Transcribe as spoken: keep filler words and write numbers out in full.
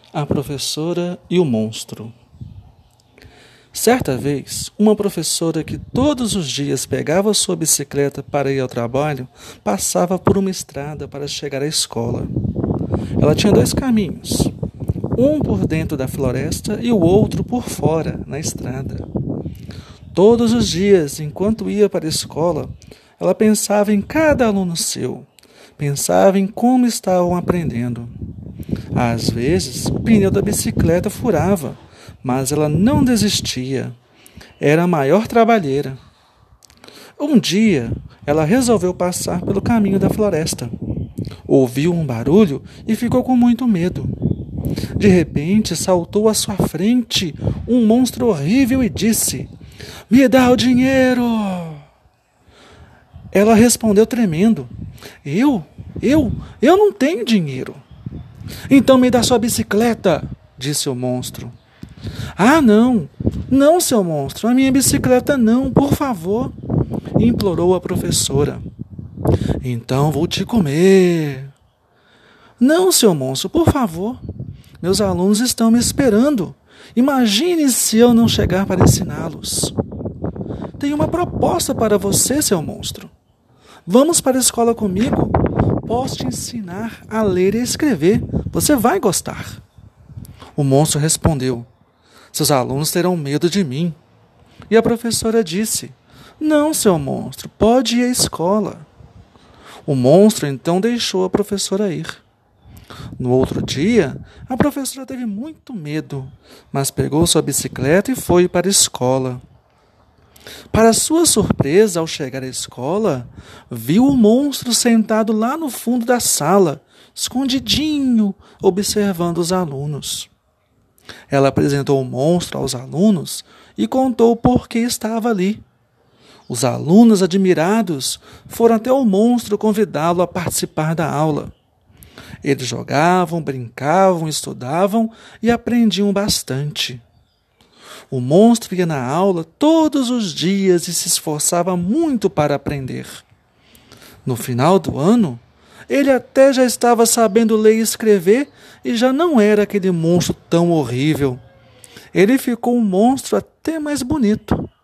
A professora e o monstro. Certa vez, uma professora que todos os dias pegava sua bicicleta para ir ao trabalho, passava por uma estrada para chegar à escola. Ela tinha dois caminhos, um por dentro da floresta e o outro por fora, na estrada. Todos os dias, enquanto ia para a escola, ela pensava em cada aluno seu, pensava em como estavam aprendendo. Às vezes, o pneu da bicicleta furava, mas ela não desistia. Era a maior trabalheira. Um dia, ela resolveu passar pelo caminho da floresta. Ouviu um barulho e ficou com muito medo. De repente, saltou à sua frente um monstro horrível e disse: "Me dá o dinheiro!" Ela respondeu tremendo: Eu? Eu? Eu não tenho dinheiro." "Então me dá sua bicicleta", disse o monstro. "Ah, não! Não, seu monstro, a minha bicicleta não, por favor", implorou a professora. "Então vou te comer." "Não, seu monstro, por favor. Meus alunos estão me esperando. Imagine se eu não chegar para ensiná-los." "Tenho uma proposta para você, seu monstro. Vamos para a escola comigo? Posso te ensinar a ler e escrever. Você vai gostar." O monstro respondeu: "Seus alunos terão medo de mim." E a professora disse: "Não, seu monstro, pode ir à escola." O monstro então deixou a professora ir. No outro dia, a professora teve muito medo, mas pegou sua bicicleta e foi para a escola. Para sua surpresa, ao chegar à escola, viu o monstro sentado lá no fundo da sala, escondidinho, observando os alunos. Ela apresentou o monstro aos alunos e contou por que estava ali. Os alunos, admirados, foram até o monstro convidá-lo a participar da aula. Eles jogavam, brincavam, estudavam e aprendiam bastante. O monstro ia na aula todos os dias e se esforçava muito para aprender. No final do ano, ele até já estava sabendo ler e escrever e já não era aquele monstro tão horrível. Ele ficou um monstro até mais bonito.